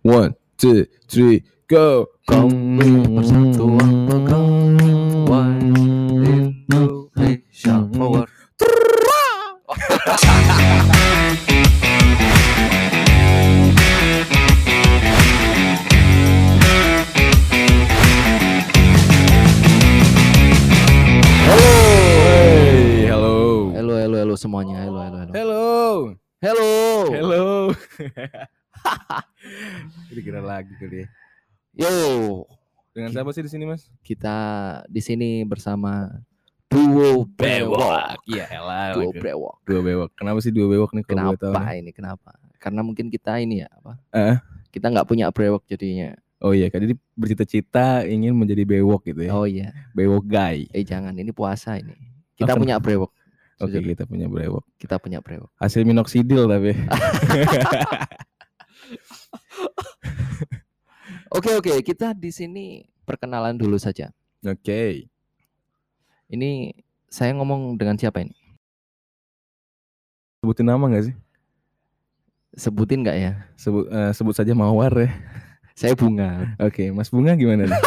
1, 2, 3, go. Kami persatuan pegawai Indonesia Power. Halo semuanya. Halo. Ini kira lagi kali ya. Yo. Dengan siapa sih di sini, Mas? Kita di sini bersama Duo Bewok. Iya, elah. Duo Bewok. Duo bewok. Kenapa sih duo bewok nih kalau boleh tahu? Kenapa? Karena mungkin kita ini ya apa? Kita nggak punya brewok jadinya. Oh iya, kan jadi bercita-cita ingin menjadi bewok gitu ya. Oh iya. Bewok guy. Jangan, ini puasa ini. Kita punya brewok. Oke, kita punya brewok. Hasil minoxidil tapi. Oke, kita di sini perkenalan dulu saja. Oke. Ini saya ngomong dengan siapa ini? Sebutin nama nggak sih? Sebutin nggak ya? Sebut saja Mawar ya. Saya Bunga. Oke, Mas Bunga gimana nih?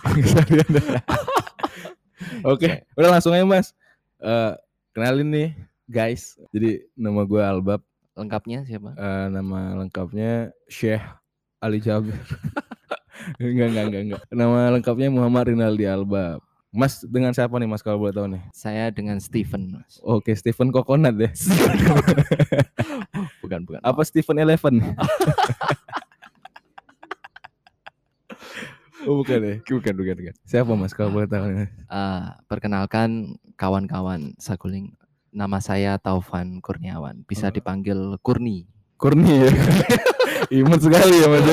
Oke, udah langsung aja Mas. Kenalin nih guys. Jadi nama gue Albab. Lengkapnya siapa? Nama lengkapnya Syekh Ali Jabir. Enggak. Nama lengkapnya Muhammad Rinaldi Albab. Mas dengan siapa nih Mas kalau boleh tahu nih? Saya dengan Steven, Mas. Oke, Steven Coconut deh. Bukan. Apa Steven Eleven? Oh bukan deh. Bukan. Siapa Mas kalau boleh tahu nih? Perkenalkan kawan-kawan Saguling. Nama saya Taufan Kurniawan. Bisa dipanggil Kurni. Kurni ya. Imut sekali ya Mas.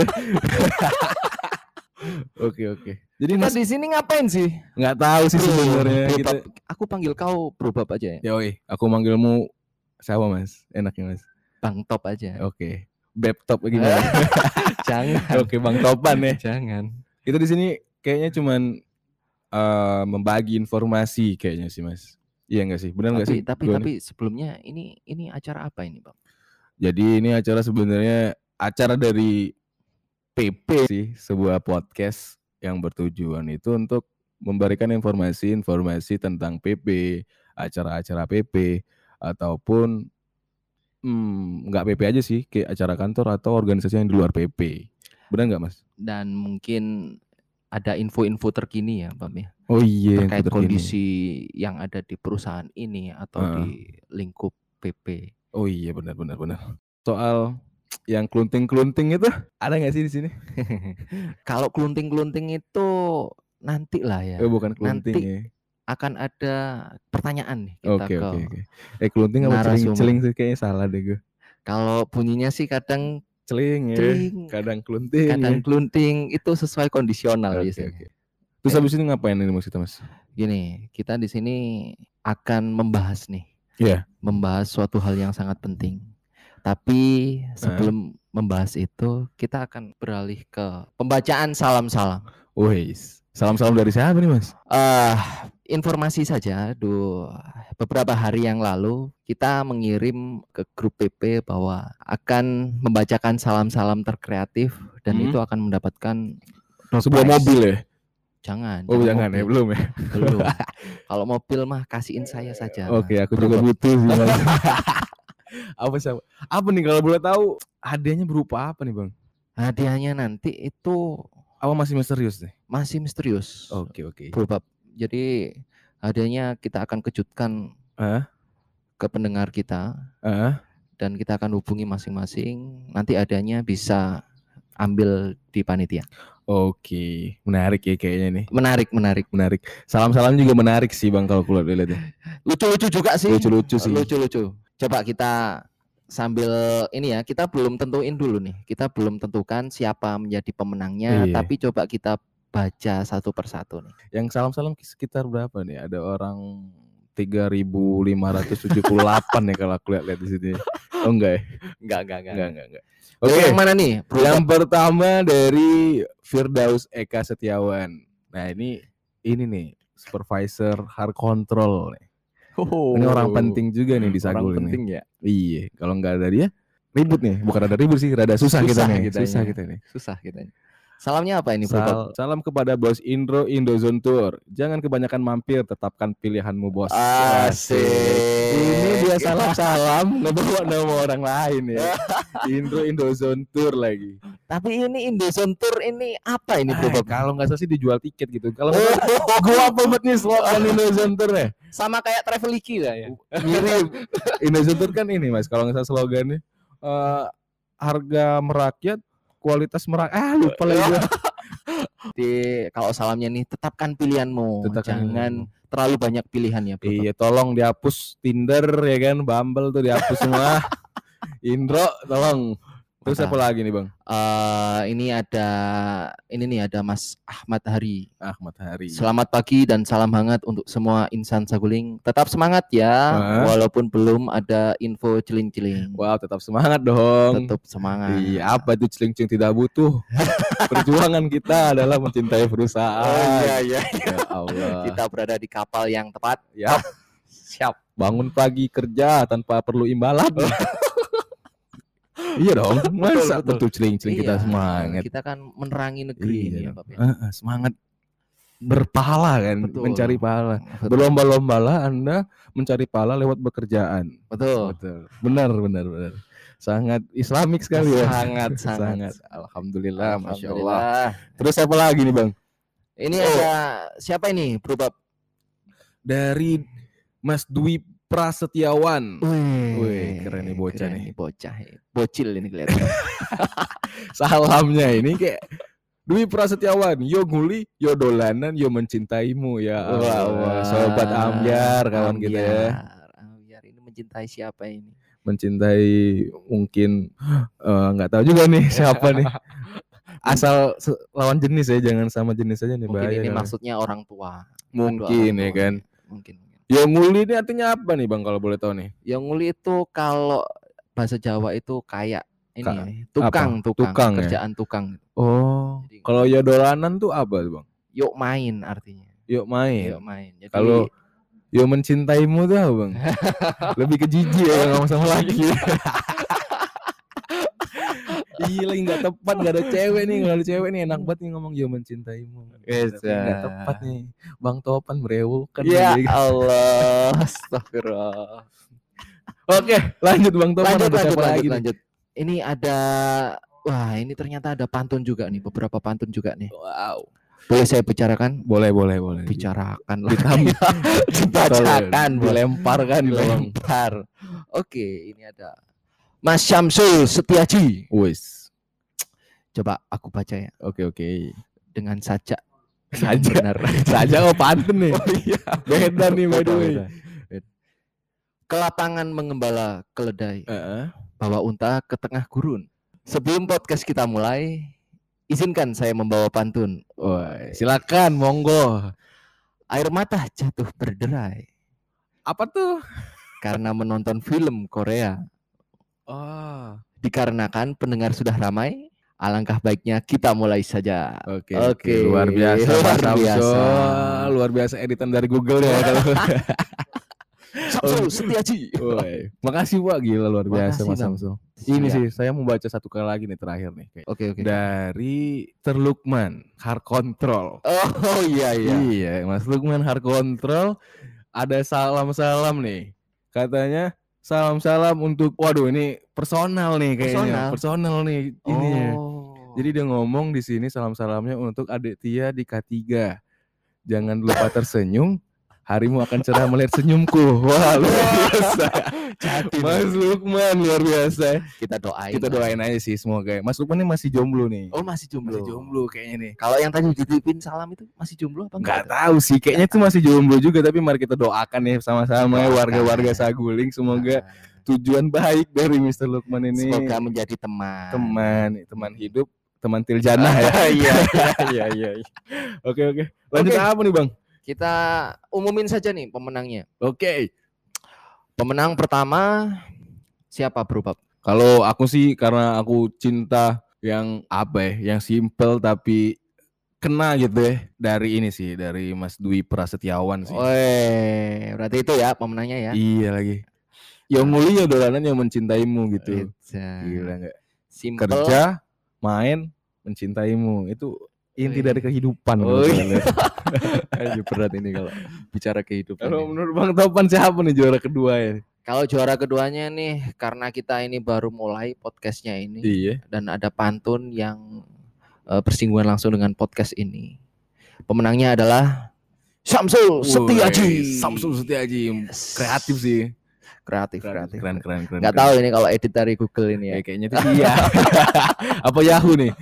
Oke. Jadi Mas di sini ngapain sih? Nggak tahu sih sebenarnya. Aku panggil kau Bro Bab aja ya. Yoi, aku manggilmu siapa Mas? Enaknya Mas. Bang Top aja. Oke. Beb Top gimana? Jangan. Oke, Bang Topan ya. Jangan. Kita di sini kayaknya cuman membagi informasi kayaknya sih Mas. Iya nggak sih? Benar nggak sih? Tapi sebelumnya ini acara apa ini Bang? Jadi ini acara sebenarnya acara dari PP sih, sebuah podcast yang bertujuan itu untuk memberikan informasi tentang PP, acara-acara PP ataupun nggak PP aja sih, kayak acara kantor atau organisasi yang di luar PP. Benar nggak Mas? Dan mungkin ada info-info terkini ya Bang ya. Oh iya, terkait kondisi yang ada di perusahaan ini atau di lingkup PP. Oh iya benar. Soal yang klunting itu ada nggak sih di sini? Kalau klunting itu nanti lah ya. Bukan klunting nanti ya. Akan ada pertanyaan nih kita Oke. Klunting apa celing sih kayaknya salah deh gue. Kalau bunyinya sih kadang celing ya, kadang klunting itu sesuai kondisional biasanya. Okay. Terus habis ini ngapain ini maksudnya Mas? Gini, kita di sini akan membahas nih. Iya. Membahas suatu hal yang sangat penting. Tapi sebelum membahas itu, kita akan beralih ke pembacaan salam-salam. Wes, salam-salam dari siapa nih Mas? Informasi saja, beberapa hari yang lalu kita mengirim ke grup PP bahwa akan membacakan salam-salam terkreatif dan itu akan mendapatkan sebuah mobil ya? Jangan ya, belum ya? Belum. Kalau mobil mah kasihin saya saja. Oke, aku juga butuh sih Mas. Apa nih kalau boleh tahu hadiahnya berupa apa nih Bang? Hadiahnya nanti itu masih misterius nih? Masih misterius. Oke. Berupa, jadi hadiahnya kita akan kejutkan ke pendengar kita dan kita akan hubungi masing-masing. Nanti hadiahnya bisa ambil di panitia. Oke, menarik ya kayaknya nih. Menarik. Salam-salam juga menarik sih Bang kalau lihat ya. Lucu-lucu juga sih. Lucu-lucu. Coba kita sambil ini ya, kita belum tentuin dulu nih. Kita belum tentukan siapa menjadi pemenangnya, tapi coba kita baca satu persatu nih. Yang salam-salam sekitar berapa nih? Ada orang 3.578 ya kalau aku lihat di sini. Oh enggak ya? Enggak. Oke, yang mana nih? Yang pertama dari Firdaus Eka Setiawan. Nah, ini nih supervisor hard control nih. Ini orang penting juga nih di Saguling. Orang penting ya. Iya, kalau enggak ada dia Ribut nih, bukan rada ribut sih, rada susah kita nih. Susah kita. Salamnya apa ini, Bro? Salam kepada Bos Indro Indozone Tour. Jangan kebanyakan mampir, tetapkan pilihanmu, Bos. Asik. Ini dia salam ngebawa nama orang lain ya. Indro Indozone Tour lagi. Tapi ini Indozone Tour ini apa ini, Bro? Kalau nggak salah sih dijual tiket gitu. Kalau gua apa nih slogan Indozone Tour ya? Sama kayak Traveliki lah ya. Mirip. Indozone Tour kan ini, Mas. Kalau nggak salah slogannya harga merakyat, kualitas lupa lagi. Kalau salamnya nih, tetapkan pilihanmu. Jangan terlalu banyak pilihan ya, Bro. Iya, tolong dihapus Tinder ya kan, Bumble tuh dihapus semua. Indro tolong. Terus apa lagi nih, Bang? Ini ada Mas Ahmad Hari. Selamat pagi dan salam hangat untuk semua insan Saguling. Tetap semangat ya, walaupun belum ada info celing-celing. Wow, tetap semangat dong. Tetap semangat. Iya, apa itu celing-celing tidak butuh. Perjuangan kita adalah mencintai perusahaan. Oh iya. Ya Allah. Kita berada di kapal yang tepat. Ya. Siap. Bangun pagi kerja tanpa perlu imbalan. Iya dong, masa betul celing-celing kita semangat. Kita kan menerangi negeri ini ya, Pak. Semangat berpahala kan, betul. Mencari pahala. Berlomba-lombalah Anda mencari pahala lewat bekerjaan. Betul. Benar. Sangat Islamik sekali ya. Sangat. Alhamdulillah, Masya Allah. Terus apa lagi nih, Bang? Ini ada siapa ini, Bro Bab? Dari Mas Dwi Prasetyawan. Wih, keren nih bocah nih. Bocil ini kelihatan. Salamnya ini kayak Dwi Prasetyawan, yo nguli, yo dolanan, yo mencintaimu ya. Wow. Sobat Ambyar, kawan kita ya. Ambyar ini mencintai siapa ini? Mencintai mungkin nggak tahu juga nih siapa nih. Asal lawan jenis ya, jangan sama jenis aja nih. Mungkin ini maksudnya orang tua. Mungkin ya kan. Mungkin. Yang nguli ini artinya apa nih, Bang, kalau boleh tahu nih? Yang nguli itu kalau bahasa Jawa itu kayak ini tukang kerjaan ya? Tukang. Oh. Kalau ya dolanan tuh apa, Bang? Yuk main artinya. Yuk main. Jadi kalau yuk mencintaimu tuh apa, Bang? Lebih ke jijik ya ngomong sama laki. Iya lagi nggak tepat, nggak ada cewek nih, enak banget nih ngomong yo mencintaimu. Nggak tepat nih, Bang Topan merewukan. Ya Allah, astagfirullah. Oke, lanjut Bang Topan. Lanjut. Ini ada, ini ternyata ada pantun juga nih, beberapa pantun juga nih. Wow. Boleh saya bicarakan? Boleh. Bicarakan lah. Dibacakan, dilempar. Oke, ini ada Mas Syamsul Setiaji. Wes. Coba aku baca ya. Oke. Dengan sajak. Benar. Sajak pantun nih. Iya. Beda nih by the way. Ke lapangan mengembala keledai. Bawa unta ke tengah gurun. Sebelum podcast kita mulai, izinkan saya membawa pantun. Silakan, monggo. Air mata jatuh berderai. Apa tuh? Karena menonton film Korea. Dikarenakan pendengar sudah ramai, alangkah baiknya kita mulai saja. Oke. Luar biasa editan dari Google ya. Samsul Setiaji. Makasih Pak, gila luar biasa Mas Samsul. Ini sih saya mau baca satu kali lagi nih terakhir nih. Oke. Dari Terlukman Heart Control. Oh iya. Iya, Mas Lukman Heart Control ada salam-salam nih. Katanya salam-salam untuk, waduh ini personal nih kayaknya. Personal nih ininya. Jadi dia ngomong di sini salam-salamnya untuk adik Tia di K3. Jangan lupa tersenyum, harimu akan cerah melihat senyumku. Wah, luar biasa. Mas Lukman luar biasa. Kita doain aja sih semoga. Mas Lukman ini masih jomblo nih. Oh, masih jomblo kayaknya nih. Kalau yang tadi dititipin salam itu masih jomblo apa enggak? Enggak tahu sih, kayaknya itu masih jomblo juga, tapi mari kita doakan nih sama-sama warga-warga Saguling, semoga tujuan baik dari Mr. Lukman ini. Semoga menjadi teman hidup, teman tiljana ya. Iya. Oke. Lanjut apa nih, Bang? Kita umumin saja nih pemenangnya. Oke. Pemenang pertama siapa, Bro Bab? Kalau aku sih karena aku cinta yang yang simple tapi kena gitu ya, dari ini sih, dari Mas Dwi Prasetyawan sih. Berarti itu ya pemenangnya ya. Iya lagi. Yang mulia dolanan yang mencintaimu gitu. Gila enggak? Simple. Kerja, main, mencintaimu. Itu inti dari kehidupan. Ayo berat ini kalau bicara kehidupan. Kalau menurut Bang Topan siapa nih juara kedua ya? Kalau juara keduanya nih, karena kita ini baru mulai podcastnya ini, dan ada pantun yang bersinggungan langsung dengan podcast ini. Pemenangnya adalah Samsul Setiaji. Samsul Setiaji, kreatif sih. Kreatif. Keren. Gak tahu ini kalau edit dari Google ini ya. Kayaknya itu iya. Apa Yahoo nih?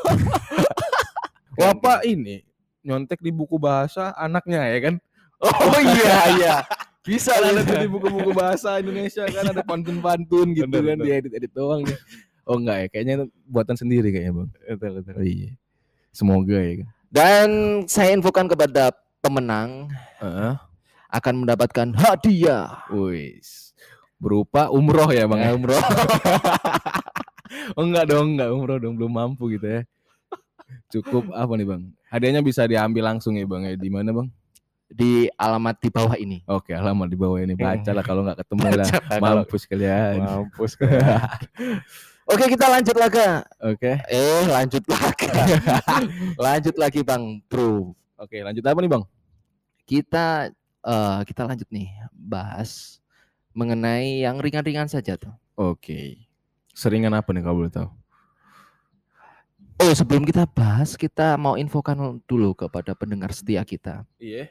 Apa ini? Nyontek di buku bahasa anaknya ya kan? Oh iya. Bisa ada di buku-buku bahasa Indonesia kan ada pantun-pantun gitu bener, kan diedit doang nih. Oh enggak ya, kayaknya buatan sendiri kayaknya Bang. Betul. Oh, iya. Semoga ya kan. Dan saya infokan kepada pemenang akan mendapatkan hadiah. Wis. Berupa umroh ya Bang. Umroh. Oh enggak umroh dong, belum mampu gitu ya. Cukup apa nih Bang? Hadiahnya bisa diambil langsung ya Bang ya. Di mana Bang? Di alamat di bawah ini. Oke, alamat di bawah ini. Bacalah kalau enggak ketemu lah. Mampus kalian. Oke, kita lanjut lagi. Lanjut lagi Bang Bro. Oke, lanjut apa nih Bang? Kita lanjut nih bahas mengenai yang ringan-ringan saja tuh. Oke. Seringan apa nih kalau boleh tahu? Oh, sebelum kita bahas, kita mau infokan dulu kepada pendengar setia kita. Iya.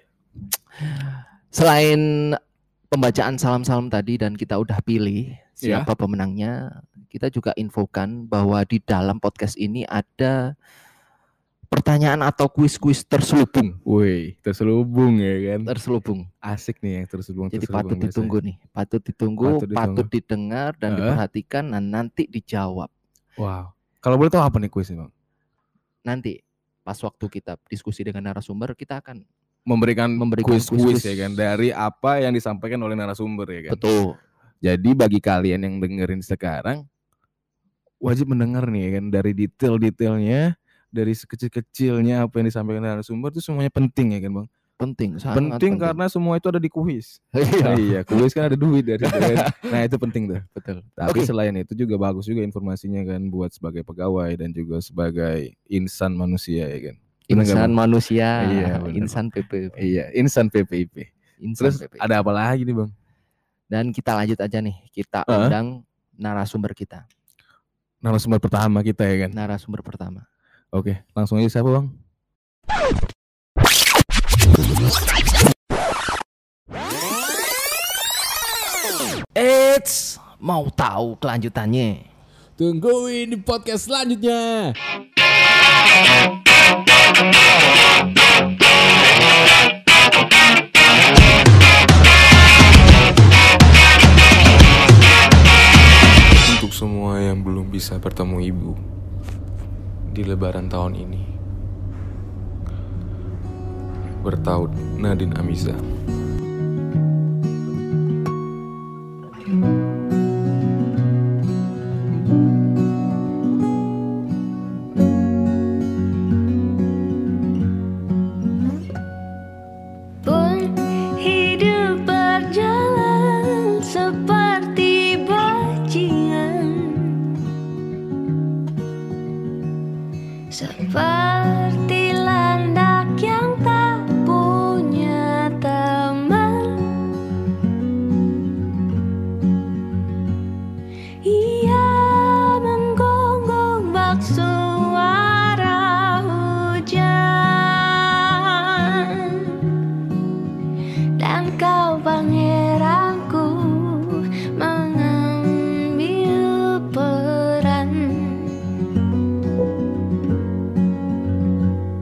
Selain pembacaan salam-salam tadi dan kita udah pilih siapa pemenangnya, kita juga infokan bahwa di dalam podcast ini ada pertanyaan atau kuis-kuis terselubung. Wih, terselubung ya kan? Terselubung. Asik nih yang terselubung. Jadi patut ditunggu nih, patut didengar dan diperhatikan dan nanti dijawab. Wow. Kalau boleh tahu apa nih kuisnya Bang? Nanti pas waktu kita diskusi dengan narasumber, kita akan memberikan kuis-kuis ya kan dari apa yang disampaikan oleh narasumber ya kan. Betul. Jadi bagi kalian yang dengerin sekarang wajib mendengar nih ya kan, dari detail-detailnya, dari sekecil-kecilnya apa yang disampaikan narasumber itu semuanya penting ya kan Bang. Penting karena semua itu ada di kuis. Iya, kuis kan ada duit dari situ kan. Nah, itu penting tuh. Betul. Tapi selain itu juga bagus juga informasinya kan buat sebagai pegawai dan juga sebagai insan manusia ya kan. Insan manusia, insan PPIP. Iya, insan PPIP. Terus PPIP. Ada apa lagi nih Bang? Dan kita lanjut aja nih, kita undang narasumber kita. Narasumber pertama kita ya kan? Narasumber pertama. Oke, langsung aja siapa Bang? Eits, mau tahu kelanjutannya? Tungguin di podcast selanjutnya. Untuk semua yang belum bisa bertemu ibu di lebaran tahun ini, bertaut Nadine Amiza. Seperti landak yang tak punya teman, ia menggonggong bak suara hujan. Dan kau pangeranku mengambil peran.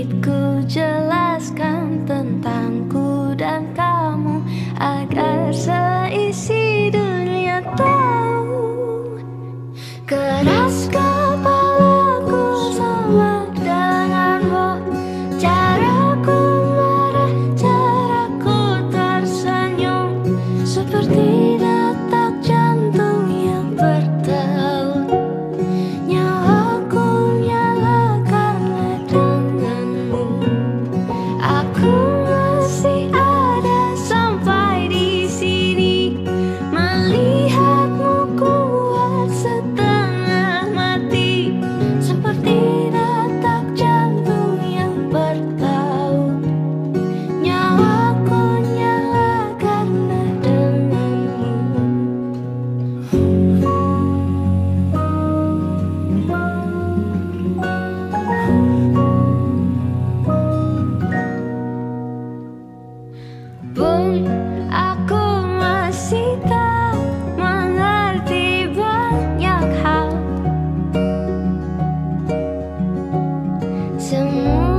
Sedikit ku jelaskan tentangku dan kamu, agar seisi dunia tahu. Keras kepalaku sama denganmu, caraku marah, caraku tersenyum, seperti detak jantung yang bertaut. Nyawaku nyala karena denganmu. Aku masih ada sampai di sini, melihatmu kuat setengah mati, seperti detak jantung yang bertaut. Nyawaku nyala karena denganmu. Pun aku masih tak mengerti banyak hal. Semua